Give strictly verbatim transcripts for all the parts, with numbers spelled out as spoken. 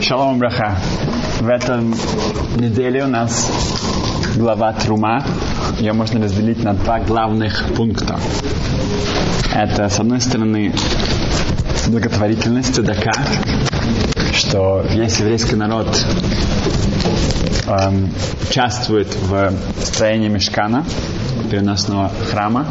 Шалом браха. В этом неделе у нас глава Трума. Ее можно разделить на два главных пункта. Это, с одной стороны, благотворительность, цедака, что весь еврейский народ эм, участвует в строении мишкана, переносного храма.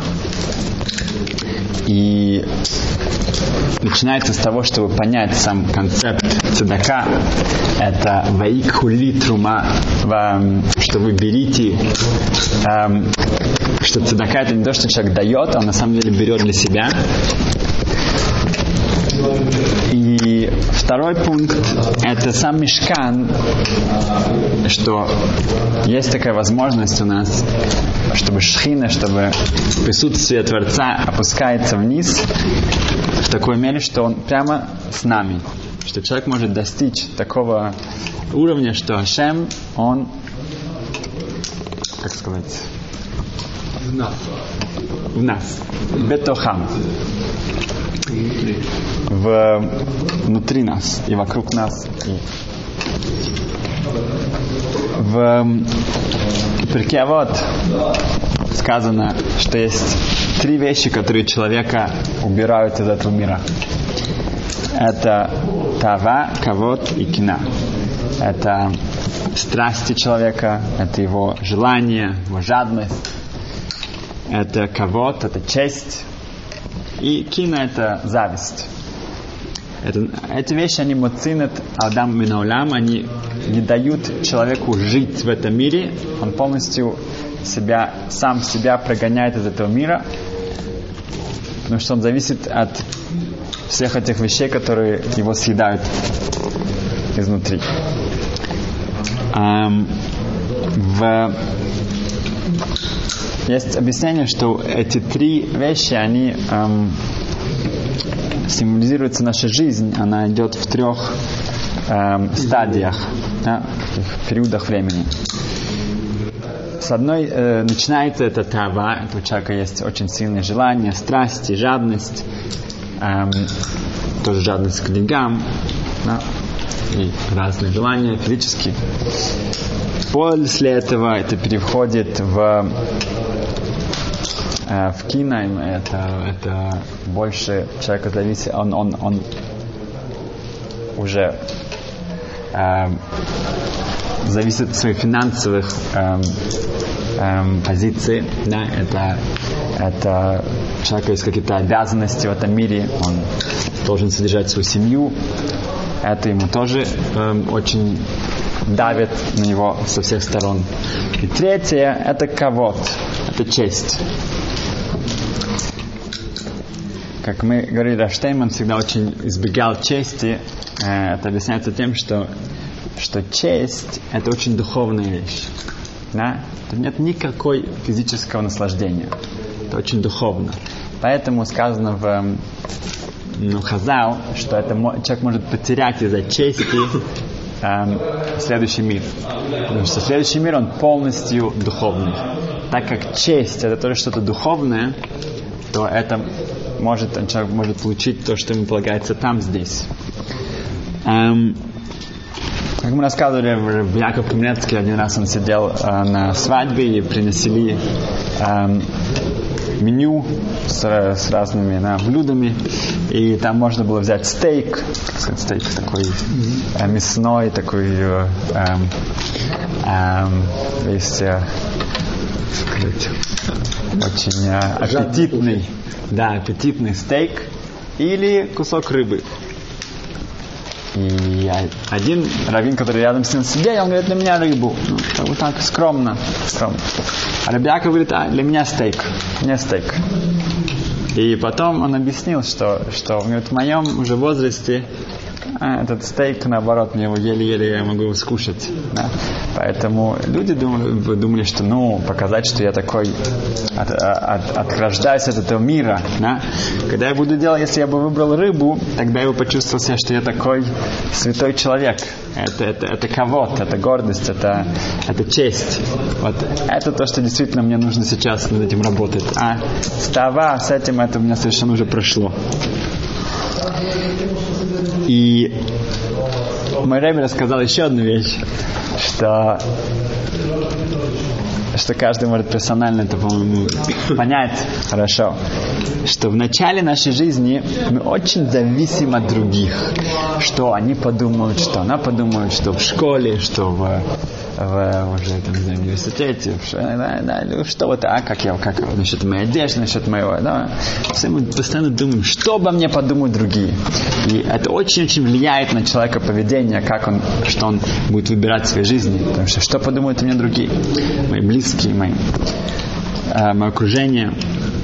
И начинается с того, чтобы понять сам концепт цедака. Это ваикху ли трума, что вы берите, эм, что цедака это не то, что человек дает, а он на самом деле берет для себя. И второй пункт это сам мишкан, что есть такая возможность у нас, чтобы шхина, чтобы присутствие Творца опускается вниз в такой мере, что он прямо с нами, что человек может достичь такого уровня, что Ашем, он, как сказать, в нас, в нас, бетохам, в, внутри нас и вокруг нас. И в Перкей Авот сказано, что есть три вещи, которые человека убирают из этого мира. Это тава, кавод и кина. Это страсти человека, это его желание, его жадность. Это кавод, это честь. И кина это зависть. Это, эти вещи, они моцинат адам минаулам, они не дают человеку жить в этом мире. Он полностью себя, сам себя прогоняет из этого мира, потому что он зависит от всех этих вещей, которые его съедают изнутри. Um, в... Есть объяснение, что эти три вещи, они um, символизируется наша жизнь, она идет в трех эм, стадиях, да, в периодах времени. С одной э, начинается это тава, это у человека есть очень сильное желание, страсти, жадность, эм, тоже жадность к деньгам, да, и разные желания физические. После этого это переходит в в кино, это, это больше человека зависит, он, он, он уже э, зависит от своих финансовых э, э, позиций, да, это, это у человека есть какие-то обязанности в этом мире, он должен содержать свою семью, это ему тоже э, очень давит на него со всех сторон. И третье, это кавод, это честь. Как мы говорили, Раштейман всегда очень избегал чести. Это объясняется тем, что, что честь – это очень духовная вещь. Да? Тут нет никакой физического наслаждения. Это очень духовно. Поэтому сказано в ну, Хазал, что это, человек может потерять из-за чести эм, следующий мир. Потому что следующий мир, он полностью духовный. Так как честь – это тоже что-то духовное, то это может, человек может получить то, что ему полагается там, здесь. Эм, как мы рассказывали, в Яков Каменецкий один раз он сидел э, на свадьбе и приносили э, меню с, с разными да, блюдами, и там можно было взять стейк, как сказать, стейк такой э, мясной, такой э, э, весь э, очень э, аппетитный. Да, аппетитный стейк или кусок рыбы. И один раввин, который рядом с ним сидел, он говорит, для меня рыбу. Ну, вот так скромно, скромно. А Рабби Яаков говорит, а для меня стейк. Мне стейк. И потом он объяснил, что, что он говорит, в моем уже возрасте а, этот стейк, наоборот, мне его еле-еле я могу его скушать. Да? Поэтому люди думали, думали, что ну, показать, что я такой от, от, отграждаюсь от этого мира. Да? Когда я буду делать, если я бы выбрал рыбу, тогда я бы почувствовал себя, что я такой святой человек. Это, это, это кавод, это гордость, это, это честь. Вот это то, что действительно мне нужно сейчас над этим работать. А с тава, с этим, это у меня совершенно уже прошло. И мой Ребе рассказал еще одну вещь, что, что каждый может персонально это, по-моему, понять хорошо, что в начале нашей жизни мы очень зависим от других, что они подумают, что она подумает, что в школе, что в, в уже там, в университете, что, да, да, что вот, а как я, как насчет моей одежды, насчет моего, да, все мы постоянно думаем, что обо мне подумают другие, и это очень-очень влияет на человека поведение, как он, что он будет выбирать в своей жизни, потому что что подумают о мне другие, мои близкие, мои, э, мое окружение.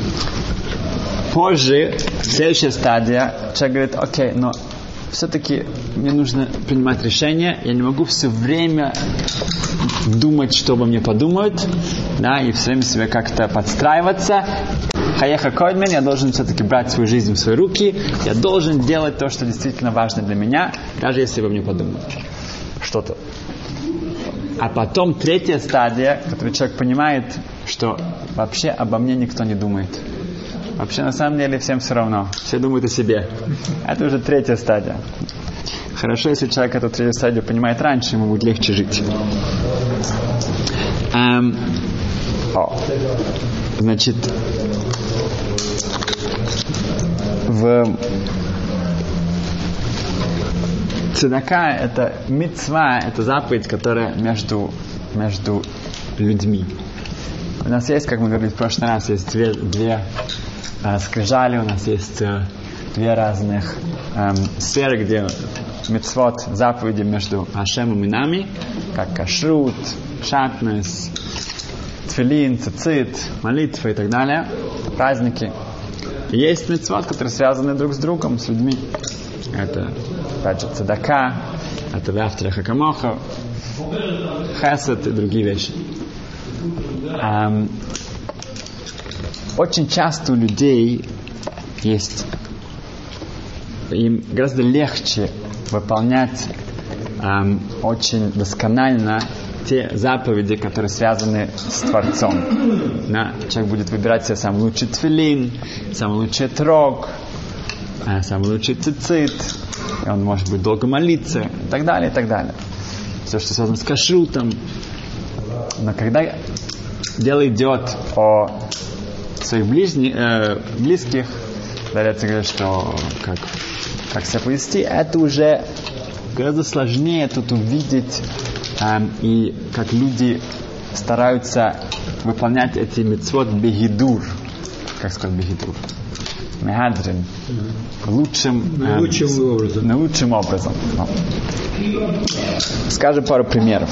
Позже, следующая стадия, человек говорит, окей, но все-таки мне нужно принимать решения, я не могу все время думать, что обо мне подумают, да, и все время себе как-то подстраиваться. Хаеха койдмен, я должен все-таки брать свою жизнь в свои руки, я должен делать то, что действительно важно для меня, даже если обо мне подумают что-то. А потом третья стадия, которую человек понимает, что вообще обо мне никто не думает. Вообще, на самом деле, всем все равно. Все думают о себе. Это уже третья стадия. Хорошо, если человек эту третью стадию понимает раньше, ему будет легче жить. Эм, о, значит, в цедака — это мицва, это заповедь, которая между, между людьми. У нас есть, как мы говорили в прошлый раз, есть две, две э, скрижали, у нас есть э, две разных э, сферы, где мицвот, заповеди между Ашемом и нами, как кашрут, шатнес, тфилин, цицит, молитва и так далее, праздники. И есть мицвот, которые связаны друг с другом, с людьми. Это, опять же, цедака, это вяфтера хакамоха, хесед и другие вещи. Um, очень часто у людей есть, им гораздо легче выполнять um, очень досконально те заповеди, которые связаны с Творцом. Да? Человек будет выбирать себе самый лучший тфилин, самый лучший трог, самый лучший цицит, и он может быть долго молиться, и так далее, и так далее. Все, что связано с кашрутом. Но когда дело идет о своих ближних, э, близких, дарятся говорят, что как, как себя повести, это уже гораздо сложнее тут увидеть, э, и как люди стараются выполнять эти мицвот бегидур. Как сказать бегидур? Мехадрин. Лучшим, э, лучшим образом. Наилучшим образом. Скажем пару примеров.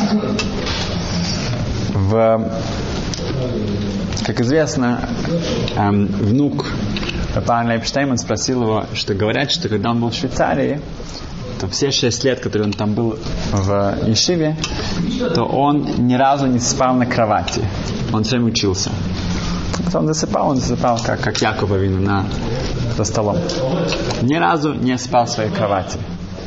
В, как известно, эм, внук Папа Лейбштейн спросил его, что говорят, что когда он был в Швейцарии, то все шесть лет, которые он там был в Ешиве, то он ни разу не спал на кровати. Он все время учился. Когда он засыпал, он засыпал, как, как Яков Авину, на, за столом. Ни разу не спал в своей кровати.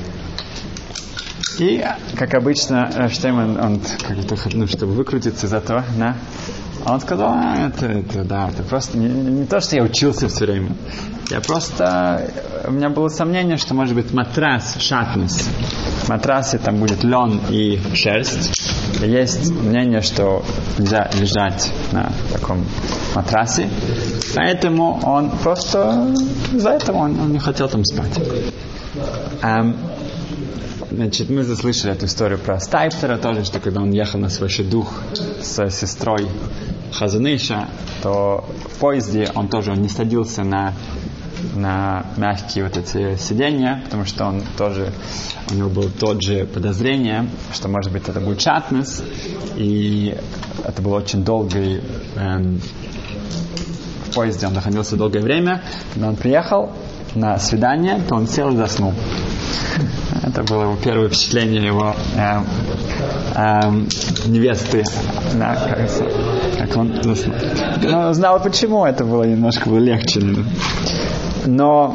И, как обычно, Рафштейн, он, как-то, ну, чтобы выкрутиться из этого, да, он сказал, а, это, это, да, это просто не, не то, что я учился все время. Я просто, у меня было сомнение, что может быть матрас, шатнес. В матрасе там будет лен и шерсть. И есть мнение, что нельзя лежать на таком матрасе. Поэтому он просто, из-за этого он, он не хотел там спать. Um, Значит, мы заслышали эту историю про Стайптера тоже, что когда он ехал на свой шедух с сестрой Хазаныша, то в поезде он тоже он не садился на, на мягкие вот эти сиденья, потому что он тоже, у него было тот же подозрение, что может быть это будет шатнес, и это было очень долгий эм, в поезде он находился долгое время. Когда он приехал на свидание, то он сел и заснул. Это было его первое впечатление его э, э, невесты, да, как, как он заснул. Но знал почему, это было немножко было легче. Но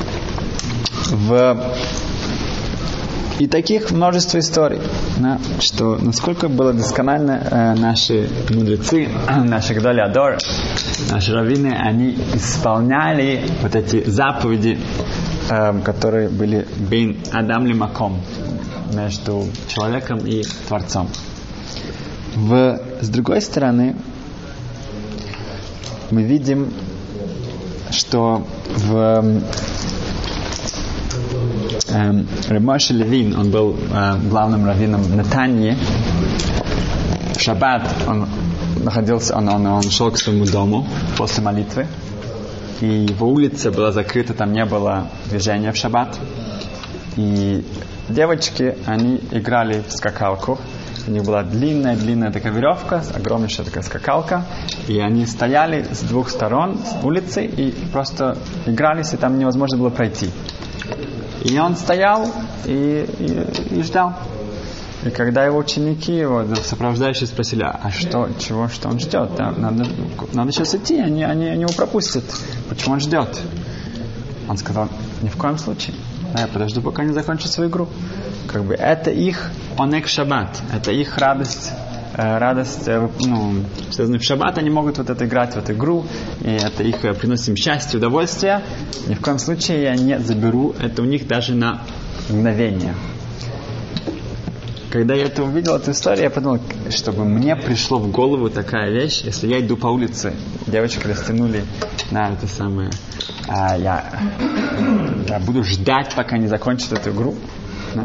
в и таких множество историй, да, что насколько было досконально э, наши мудрецы, наши Гдолей Адор, наши раввины, они исполняли вот эти заповеди, э, которые были бейн Адам ли Маком, между человеком и Творцом. В, с другой стороны, мы видим, что в э, Рав Моше Левин, он был э, главным раввином Нетании. В шаббат он находился, он, он, он шел к своему дому после молитвы, и его улица была закрыта, там не было движения в шаббат. И девочки, они играли в скакалку. У них была длинная-длинная такая веревка, огромнейшая такая скакалка. И они стояли с двух сторон улицы и просто игрались, и там невозможно было пройти. И он стоял и, и, и ждал. И когда его ученики, его сопровождающие спросили, а что, чего, что он ждет? Да? Надо, надо сейчас идти, они, они, они его пропустят. Почему он ждет? Он сказал, ни в коем случае. Да, я подожду, пока они закончат свою игру. Как бы это их онек шаббат, это их радость, э, радость, э, ну, связанная в шаббат, они могут вот это играть в эту игру, и это их э, приносит им счастье, удовольствие. Ни в коем случае я не заберу это у них даже на мгновение. Когда я это увидел, эту историю, я подумал, чтобы мне пришло в голову такая вещь, если я иду по улице, девочки растянули на это самое, а я, я буду ждать, пока не закончат эту игру. Да?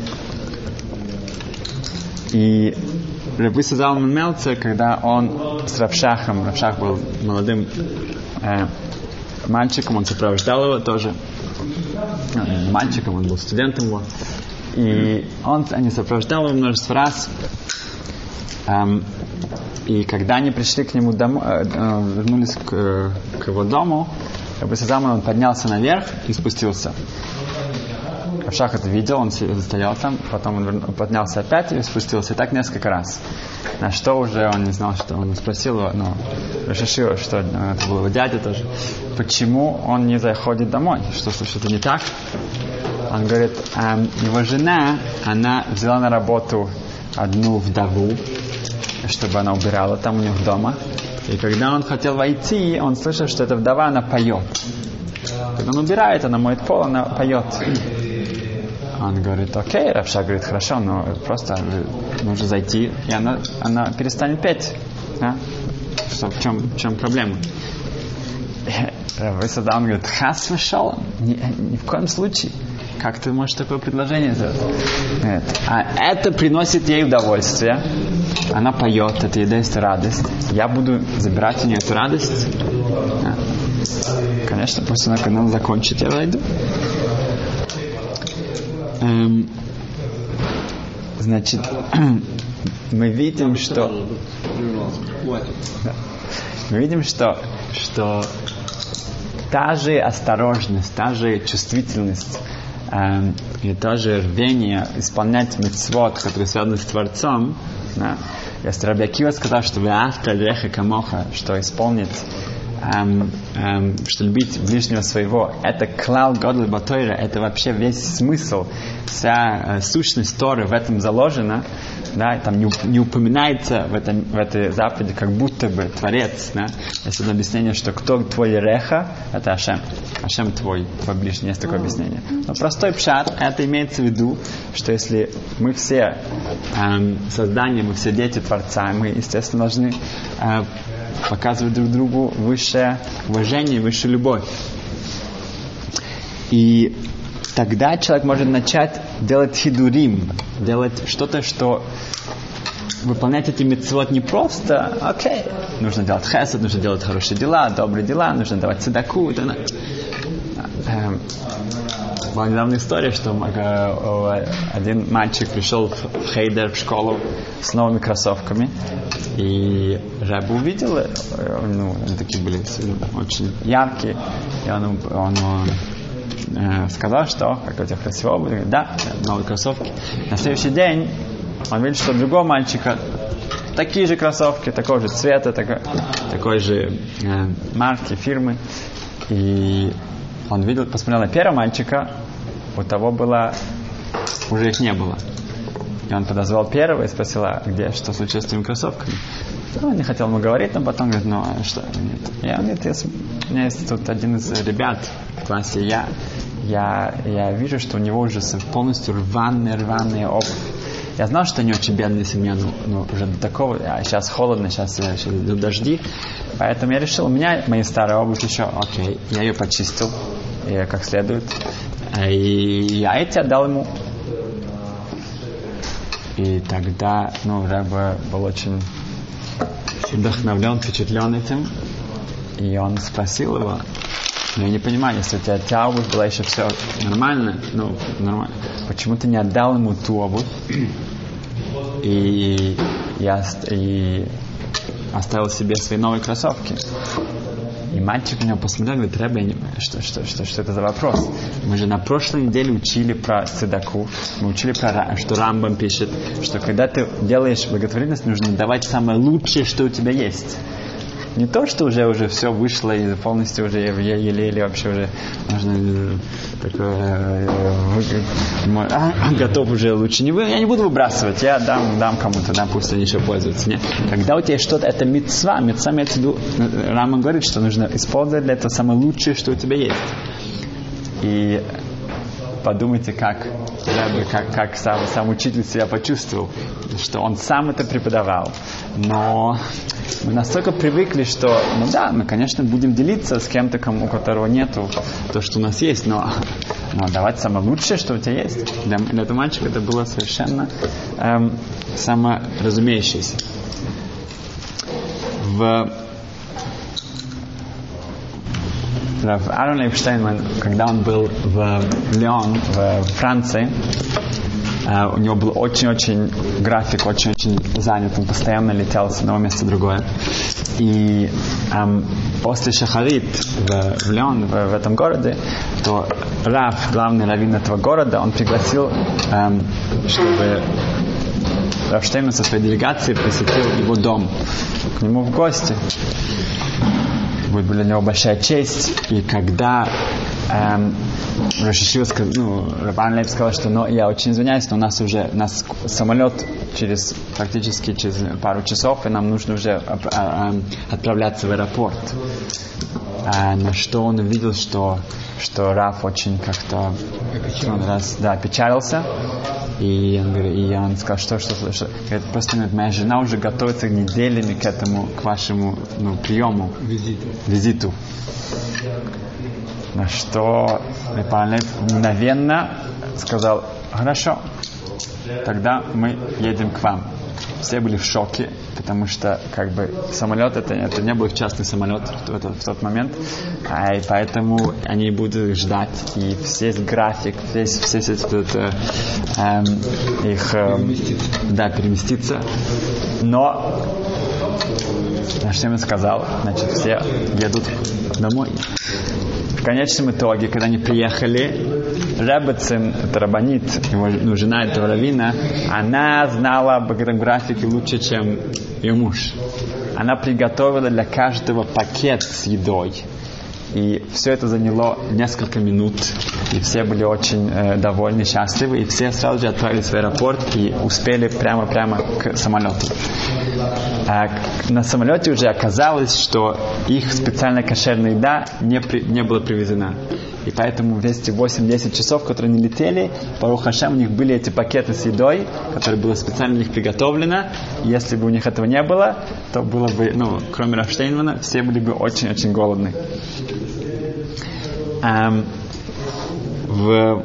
И Рав Исса Залман Мельцер, когда он с Рав Шахом, Рав Шах был молодым э, мальчиком, он сопровождал его тоже, э, мальчиком, он был студентом его. И он, они сопровождали его множество раз. Эм, и когда они пришли к нему домой, э, э, вернулись к, э, к его дому, Рав Исса Залман, он поднялся наверх и спустился. Рав Шах это видел, он стоял там, потом он поднялся опять и спустился. И так несколько раз. На что уже он не знал, что он спросил его, но решил, что это был его дядя тоже. Почему он не заходит домой? Что, что-то не так? Он говорит, эм, его жена, она взяла на работу одну вдову, чтобы она убирала там у них дома. И когда он хотел войти, он слышал, что эта вдова, она поет. Когда он убирает, она моет пол, она поет. Он говорит, окей, Рав Шах говорит, хорошо, но просто нужно зайти, и она, она перестанет петь. Да? Что, в чем, в чем проблема? Рав Исса Залман говорит, хас вышел, ни, ни в коем случае. Как ты можешь такое предложение сделать? Нет. А это приносит ей удовольствие. Она поет, это ей дает радость. Я буду забирать у нее эту радость. Да. Конечно, пусть она, когда она закончит, я войду. Эм, значит, мы видим, что мы видим, что, что та же осторожность, та же чувствительность эм, и та же рвение исполнять мицвот, которые связаны с Творцом. Да. Если Раби Акива сказал, что «Ве'ахта лиреха камоха», что исполнить, эм, эм, что любить ближнего своего, это клал годль батойра, это вообще весь смысл, вся э, сущность Торы в этом заложена. Да, там не, не упоминается в, этом, в этой заповеди как будто бы Творец. Да? Есть одно объяснение, что кто твой реха, это Ашем. Ашем твой, твой ближний, есть такое объяснение. Но простой пшат, это имеется в виду, что если мы все эм, создания, мы все дети Творца, мы, естественно, должны э, показывать друг другу высшее уважение, высшую любовь. И тогда человек может начать делать хидурим, делать что-то, что выполнять эти мицвот не просто, окей, нужно делать хесед, нужно делать хорошие дела, добрые дела, нужно давать цедаку. Эм, была недавно история, что один мальчик пришел в хейдер, в школу с новыми кроссовками, и Рэб увидел, ну, они такие были очень яркие, и он, он, он сказал, что как у тебя красиво будет, да, новые кроссовки. На следующий день он видит, что у другого мальчика такие же кроссовки, такого же цвета, такой, такой же э, марки, фирмы. И он видел, посмотрел на первого мальчика, у того было, уже их не было. И он подозвал первого и спросил, а где, что случилось с твоими кроссовками? Ну, он не хотел ему говорить, но потом говорит, ну, что, нет. И он говорит, у меня есть тут один из ребят в классе, я, я, я вижу, что у него уже полностью рваная, рваная обувь. Я знал, что они очень бедные семья, ну, ну, уже до такого, а сейчас холодно, сейчас, сейчас идут дожди. Поэтому я решил, у меня мои старые обувь еще, окей, я ее почистил, и как следует. И я эти отдал ему. И тогда, ну, Ребе был очень вдохновлен, впечатлен этим. И он спросил его, ну, я не понимаю, если у тебя та обувь была еще все нормально, ну, нормально, почему ты не отдал ему ту обувь и, и, и оставил себе свои новые кроссовки? И мальчик на него посмотрел и говорит, Ребе, я не понимаю, что, что, что, что это за вопрос? Мы же на прошлой неделе учили про цедаку, мы учили про, что Рамбам пишет, что когда ты делаешь благотворительность, нужно давать самое лучшее, что у тебя есть. Не то, что уже уже все вышло и полностью уже еле-еле вообще уже можно такое а, готов уже лучше не вы, я не буду выбрасывать, я дам, дам кому-то, дам, пусть они еще пользуются. Нет. Когда у тебя что-то, это мицва, мицва имеется в виду, Рама говорит, что нужно использовать для этого самое лучшее, что у тебя есть. И подумайте, как, как, как сам, сам учитель себя почувствовал, что он сам это преподавал. Но мы настолько привыкли, что, ну да, мы, конечно, будем делиться с кем-то, кому, у которого нету то, что у нас есть, но, но давать самое лучшее, что у тебя есть. Для, для этого мальчика это было совершенно эм, саморазумеющееся. В Рав Аарон Лейбштейн, когда он был в Лион, в Франции, uh, у него был очень-очень график, очень-очень занят, он постоянно летел с одного места в другое. И um, после Шахарит в, в Лион, в, в этом городе, то Рав, главный раввин этого города, он пригласил, um, чтобы Рав Штейн со своей делегацией посетил его дом, к нему в гости. Будет для него большая честь. И когда эм, Рош Йешива сказал, ну, Рав Аарон Лейб сказал, что ну, я очень извиняюсь, но у нас уже у нас самолет через практически через пару часов, и нам нужно уже оп- а, а, отправляться в аэропорт. А, на что он увидел, что, что Рав очень как-то он раз, да, печалился. И он, говорит, и он сказал, что, что, что. Говорит, просто говорит, моя жена уже готовится неделями к этому, к вашему ну, приему, визиту. визиту. На что Рав мгновенно сказал, хорошо, тогда мы едем к вам. Все были в шоке, потому что как бы самолет это, это не был частный самолет в, в, в тот момент, а, и поэтому они будут ждать, и весь график, весь, весь этот эм, их эм, да, переместиться. Но на что я сказал, значит, все едут домой. В конечном итоге, когда они приехали, Ребецин, это рабанит, его ну, жена этого раввина, она знала об этом графике лучше, чем ее муж. Она приготовила для каждого пакет с едой. И все это заняло несколько минут. И все были очень э, довольны, счастливы. И все сразу же отправились в аэропорт и успели прямо-прямо к самолету. А на самолете уже оказалось, что их специальная кошерная еда не, при, не была привезена. И поэтому весь эти восемь-десять часов, которые они летели, Барух Хашем, у них были эти пакеты с едой, которые было специально для них приготовлено. И если бы у них этого не было, то было бы, ну, кроме Рав Штейнмана, все были бы очень-очень голодны. Um, в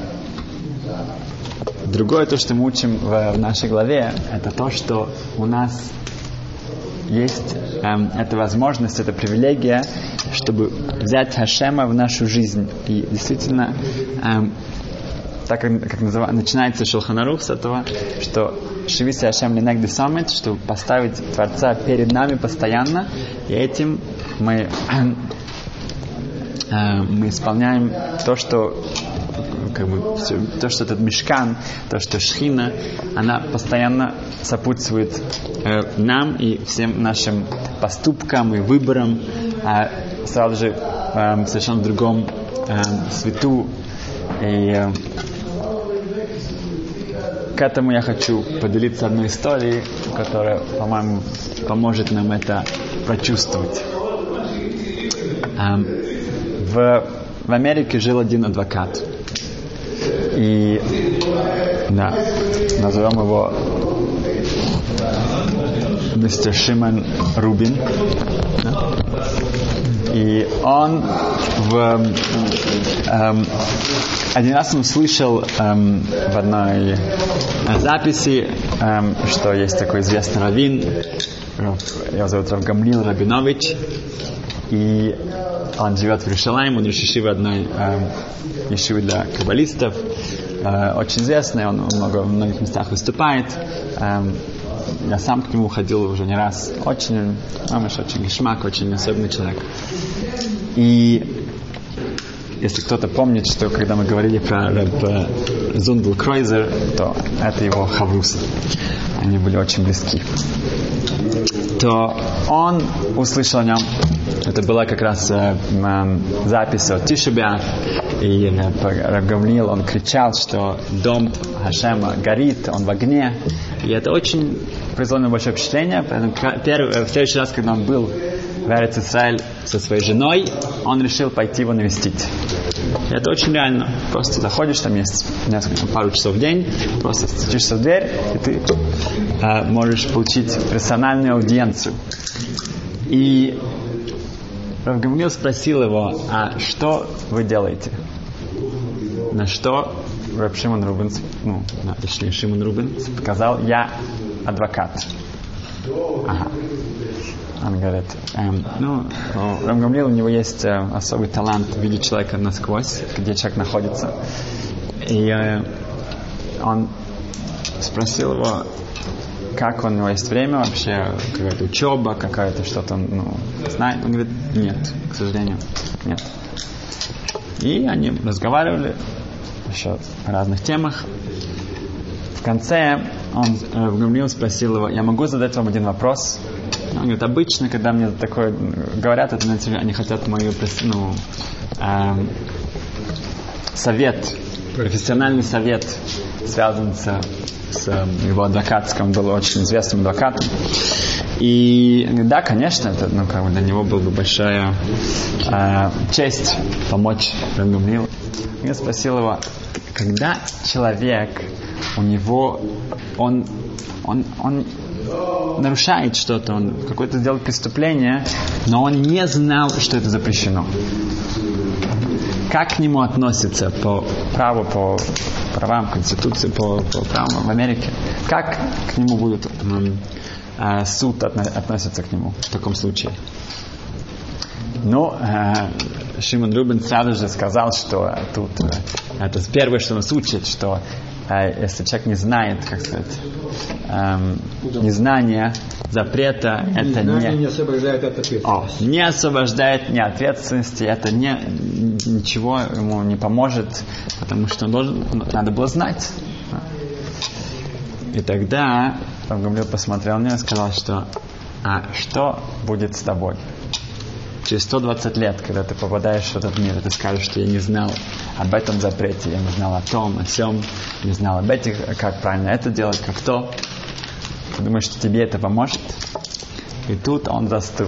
другое то, что мы учим в, в нашей главе, это то, что у нас есть эм, эта возможность, эта привилегия, чтобы взять Хашема в нашу жизнь. И действительно, эм, так как, как называется, начинается Шулхан Арух с этого, что Шивиси Хашем Ленегди Самит, чтобы поставить Творца перед нами постоянно, и этим мы мы исполняем то, что как бы, все, то, что этот мишкан, то, что Шхина, она постоянно сопутствует э, нам и всем нашим поступкам и выборам, а сразу же э, совершенно в другом э, свету. И э, к этому я хочу поделиться одной историей, которая, по-моему, поможет нам это прочувствовать. Э, В в Америке жил один адвокат. И, да, назовем его мистер Шимон Рубин. Да? И он в... Эм, один раз он услышал эм, в одной записи, эм, что есть такой известный раввин, его зовут Рав Гамлиил Рабинович, и он живет в Иерусалиме, он решивший одной эм, ешивы для каббалистов, э, очень известный, он много, в многих местах выступает. Эм, я сам к нему ходил уже не раз. Очень, мамыш, очень гешмак, очень особенный человек. И если кто-то помнит, что когда мы говорили про Реб Зундел Кройзер, то это его хаврус. Они были очень близки. То он услышал о нем. Это была как раз э, э, запись от Тиша б'Ав. И Рав Гамлиил, он кричал, что дом Хашема горит, он в огне. И это очень произвело на большое впечатление. Поэтому первый, в следующий раз, когда он был в Эрец Исраэль со своей женой, он решил пойти его навестить. И это очень реально. Просто заходишь, там есть несколько, пару часов в день, просто стучишься в дверь, и ты э, можешь получить персональную аудиенцию. И Рав Гамлиил спросил его, а что вы делаете? На что Рав Шимон Рубин, ну, точнее Шимон Рубин сказал, я адвокат. Ага. Он говорит, эм, ну, у Рав Гамлиила, у него есть э, особый талант видеть человека насквозь, где человек находится. И э, он спросил его, как у него есть время вообще, какая-то учеба, какая-то что-то, ну, знает. Он говорит, нет, к сожалению, нет. И они разговаривали еще о разных темах. В конце он Рав Гамлиил спросил его, я могу задать вам один вопрос? Он говорит, обычно, когда мне такое говорят, это, знаете, они хотят мою, ну, э, совет, профессиональный совет, связан с, с его адвокатским, он был очень известным адвокатом. И да, конечно, это, ну, как бы для него была бы большая э, честь помочь Рав Гамлиилу. Я спросил его, когда человек, у него, он, он, он нарушает что-то, он какое-то сделал преступление, но он не знал, что это запрещено. Как к нему относятся по праву, по правам Конституции, по, по правам в Америке? Как к нему будет э, суд отно, относится к нему в таком случае? Ну, э, Шимон Рубин сразу же сказал, что тут э, это первое, что нас учит, что э, если человек не знает, как сказать, эм, незнание запрета, это не, не, не освобождает от ответственности. О, не освобождает ни ответственности, это не, ничего ему не поможет, потому что он должен, надо было знать. И тогда Рав Гамлиил посмотрел на него и сказал, что а что будет с тобой? Через сто двадцать лет, когда ты попадаешь в этот мир, ты скажешь, что я не знал об этом запрете, я не знал о том, о сём, не знал об этих, как правильно это делать, как то. Ты думаешь, что тебе это поможет? И тут он застыл.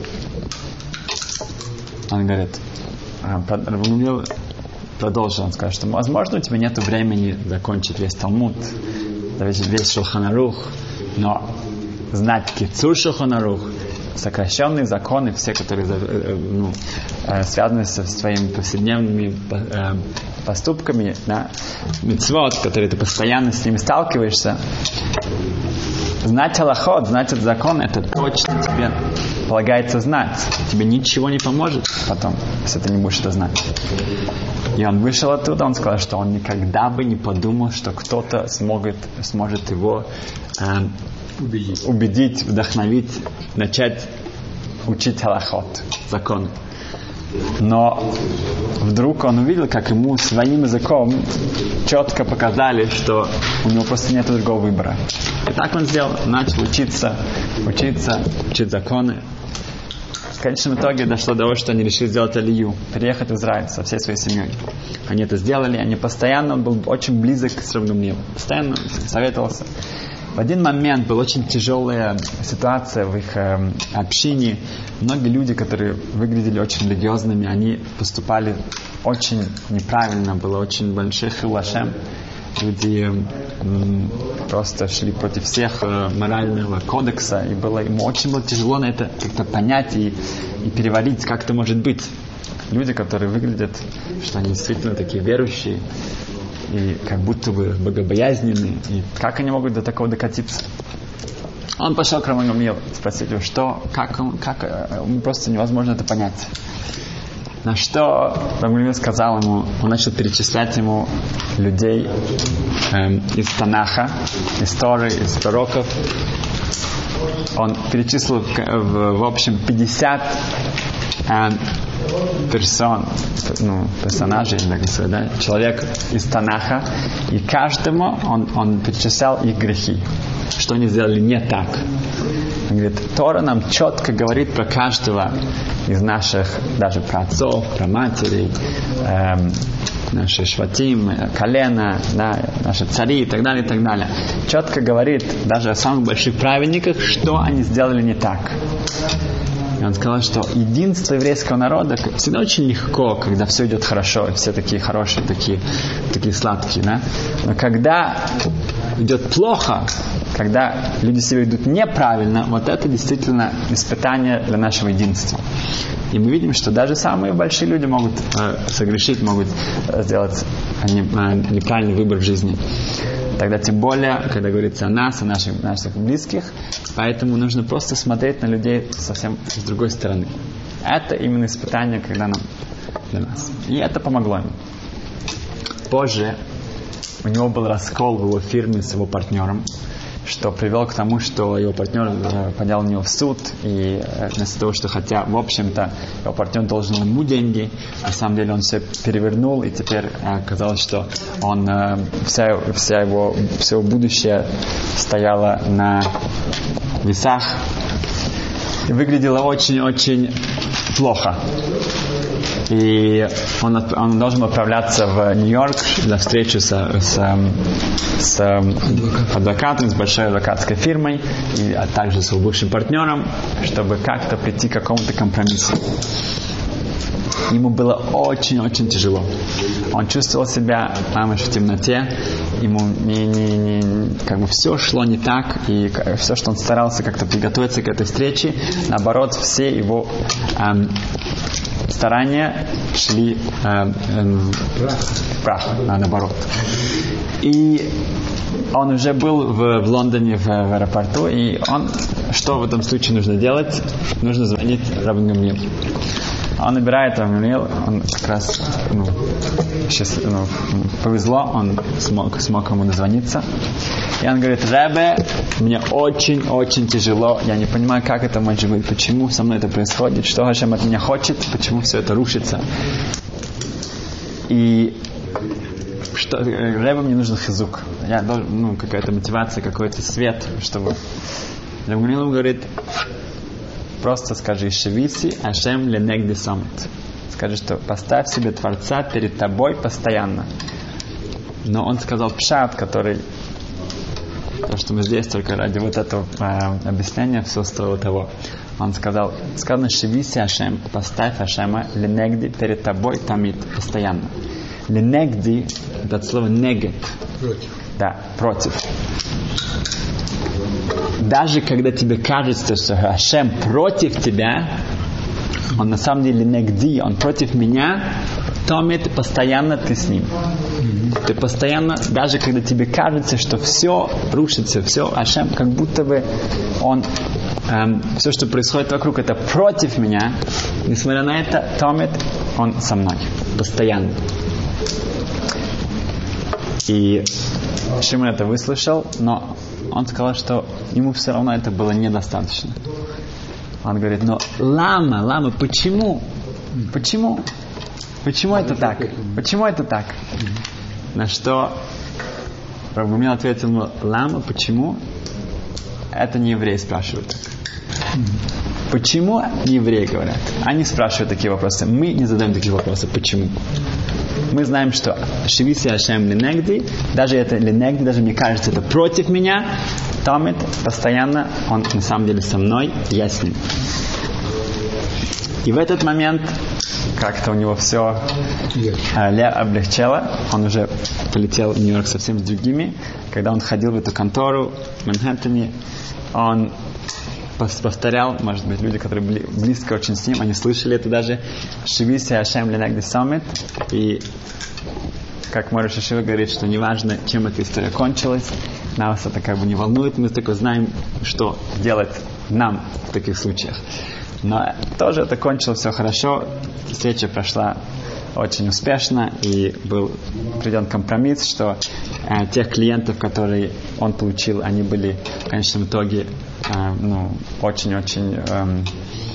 Он говорит, продолжил, он сказал, что возможно у тебя нет времени закончить весь Талмуд, весь Шулхан Арух, но знать кицур Шулхан Арух, сокращенные законы, все, которые ну, связаны со своими повседневными поступками, да, мицвот, которые ты постоянно с ними сталкиваешься. Знать алахот, знать этот закон, это точно тебе полагается знать. Тебе ничего не поможет потом, если ты не будешь это знать. И он вышел оттуда, он сказал, что он никогда бы не подумал, что кто-то сможет, сможет его э, убедить. убедить, вдохновить, начать учить алахот, законы. Но вдруг он увидел, как ему своим языком четко показали, что у него просто нет другого выбора. И так он сделал, начал учиться, учиться, учить законы. В конечном итоге дошло до того, что они решили сделать алию, переехать в Израиль со всей своей семьей. Они это сделали, они постоянно, он был очень близок с Рав Гамлиилом, постоянно советовался. В один момент была очень тяжелая ситуация в их э, общине. Многие люди, которые выглядели очень религиозными, они поступали очень неправильно было, очень большой хилашем. Люди м, просто шли против всех э, морального кодекса, и было ему очень было тяжело на это как-то понять и, и переварить, как это может быть. Люди, которые выглядят, что они действительно такие верующие, и как будто бы богобоязненные, и как они могут до такого докатиться? Он пошел к Рабби Гамлиэлу, спросил его, что, как он, как, ему просто невозможно это понять. На что Рабби Гамлиэл сказал ему, он начал перечислять ему людей эм, из Танаха, из Торы, из пророков. Он перечислил в, в, в общем пятьдесят эм, персон, ну, персонажей, так сказать, да, человек из Танаха, и каждому он, он перечислял их грехи, что они сделали не так. Он говорит, Тора нам четко говорит про каждого из наших, даже про отцов, про матерей, эм, наши шватим, колено, да, наши цари и так далее, и так далее. Четко говорит даже о самых больших праведниках, что они сделали не так. И он сказал, что единство еврейского народа всегда очень легко, когда все идет хорошо, и все такие хорошие, такие, такие сладкие, да? Но когда идет плохо, когда люди себя ведут неправильно, вот это действительно испытание для нашего единства. И мы видим, что даже самые большие люди могут э, согрешить, могут э, сделать э, неправильный выбор в жизни. Тогда тем более, когда говорится о нас, о наших, наших близких, поэтому нужно просто смотреть на людей совсем с другой стороны. Это именно испытание, когда нам для нас. И это помогло ему. Позже у него был раскол в его фирме с его партнером, что привело к тому, что его партнер э, поднял на него в суд, и э, вместо того, что хотя, в общем-то, его партнер должен ему деньги, на самом деле он все перевернул, и теперь э, оказалось, что он, э, вся, вся его, все его будущее стояло на весах, и выглядело очень-очень плохо. И он, он должен отправляться в Нью-Йорк для встречи с, с, с адвокатом, с большой адвокатской фирмой, и, а также с его бывшим партнером, чтобы как-то прийти к какому-то компромиссу. Ему было очень-очень тяжело. Он чувствовал себя прямо в темноте. Ему не, не, не, как бы все шло не так, и все, что он старался как-то приготовиться к этой встрече, наоборот, все его эм, старания шли э, э, в прах, а, наоборот. И он уже был в, в Лондоне в, в аэропорту, и он, что в этом случае нужно делать? Нужно звонить Рабби Гамлиэлу. Он набирает Рабби Гамлиэл, он как раз ну, сейчас, ну, повезло, он смог, смог ему дозвониться. И он говорит: Ребе, мне очень-очень тяжело, я не понимаю, как это может быть, почему со мной это происходит, что Хашем от меня хочет, почему все это рушится. И что, Ребе, мне нужен хизук, я должен, ну, какая-то мотивация, какой-то свет, чтобы... Рабби Гамлиэл говорит: просто скажи «Шевиси Ашем ленегди самт». Скажи, что поставь себе Творца перед тобой постоянно. Но он сказал пшат, который... То, что мы здесь только ради вот этого э, объяснения все стоило того. Он сказал, сказано «Шевиси Ашем», поставь Ашема ленегди перед тобой тамид, постоянно. Ленегди, это от слова негет. Против. Да, против. Даже когда тебе кажется, что Ашем против тебя, он на самом деле негди, он против меня, томит, постоянно ты с ним. Mm-hmm. Ты постоянно, даже когда тебе кажется, что все рушится, все, Ашем как будто бы он, эм, все, что происходит вокруг, это против меня, несмотря на это, томит, он со мной, постоянно. И Шимон это выслушал, но он сказал, что ему все равно это было недостаточно. Он говорит: но лама, лама, почему? Почему? Почему это так? Почему это так? На что Рабби Гамлиэл ответил ему: лама, почему? Это не евреи спрашивают так. Почему не евреи говорят? Они спрашивают такие вопросы. Мы не задаем такие вопросы. Почему? Мы знаем, что Шевиси Ашем ленегди, даже это ленегди, даже мне кажется, это против меня, томит, постоянно, он на самом деле со мной, я с ним. И в этот момент как-то у него все э, облегчало. Он уже полетел в Нью-Йорк совсем с другими. Когда он ходил в эту контору в Манхэттене, он повторял, может быть, люди, которые были близко очень с ним, они слышали это даже. Шивися Ашем Ленегди Саммит. И как Мориш Ишива говорит, что неважно, чем эта история кончилась, нас это как бы не волнует, мы только знаем, что делать нам в таких случаях. Но тоже это кончилось все хорошо, встреча прошла очень успешно, и был приведен компромисс, что э, тех клиентов, которые он получил, они были в конечном итоге э, ну, очень-очень э,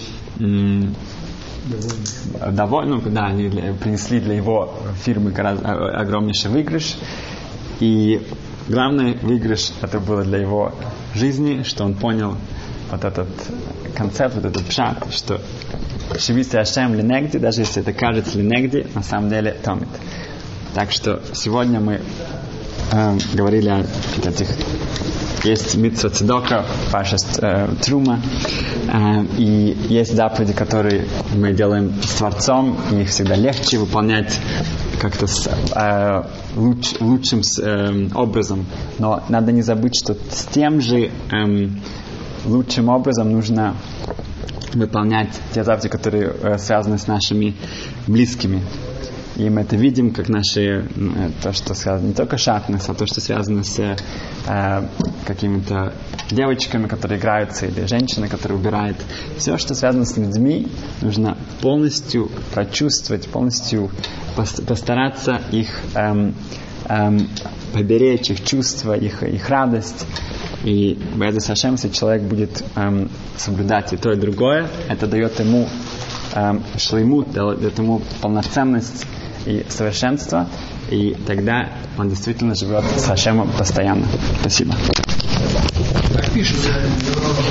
э, довольны, да, они для, принесли для его фирмы гораздо, огромнейший выигрыш, и главный выигрыш это было для его жизни, что он понял вот этот концепт, вот этот пшат, что Шивися Ашем Ленегди, даже если это кажется Ленегди, на самом деле томит. Так что сегодня мы э, говорили о этих, есть митцва цедока, паша э, трума, э, и есть заповеди, которые мы делаем с Творцом, и их всегда легче выполнять как-то с, э, луч, лучшим э, образом. Но надо не забыть, что с тем же э, лучшим образом нужно выполнять те заповеди, которые э, связаны с нашими близкими. И мы это видим, как наши, э, то, что связано не только шатнес, а то, что связано с э, какими-то девочками, которые играются, или женщины, которые убирают. Все, что связано с людьми, нужно полностью прочувствовать, полностью постараться их эм, эм, поберечь, их чувства, их, их радость. И Б'эзрат Хашем, если человек будет эм, соблюдать и то, и другое, это дает ему эм, шлеймут, дает ему полноценность и совершенство, и тогда он действительно живет с Хашемом постоянно. Спасибо. Так пишется.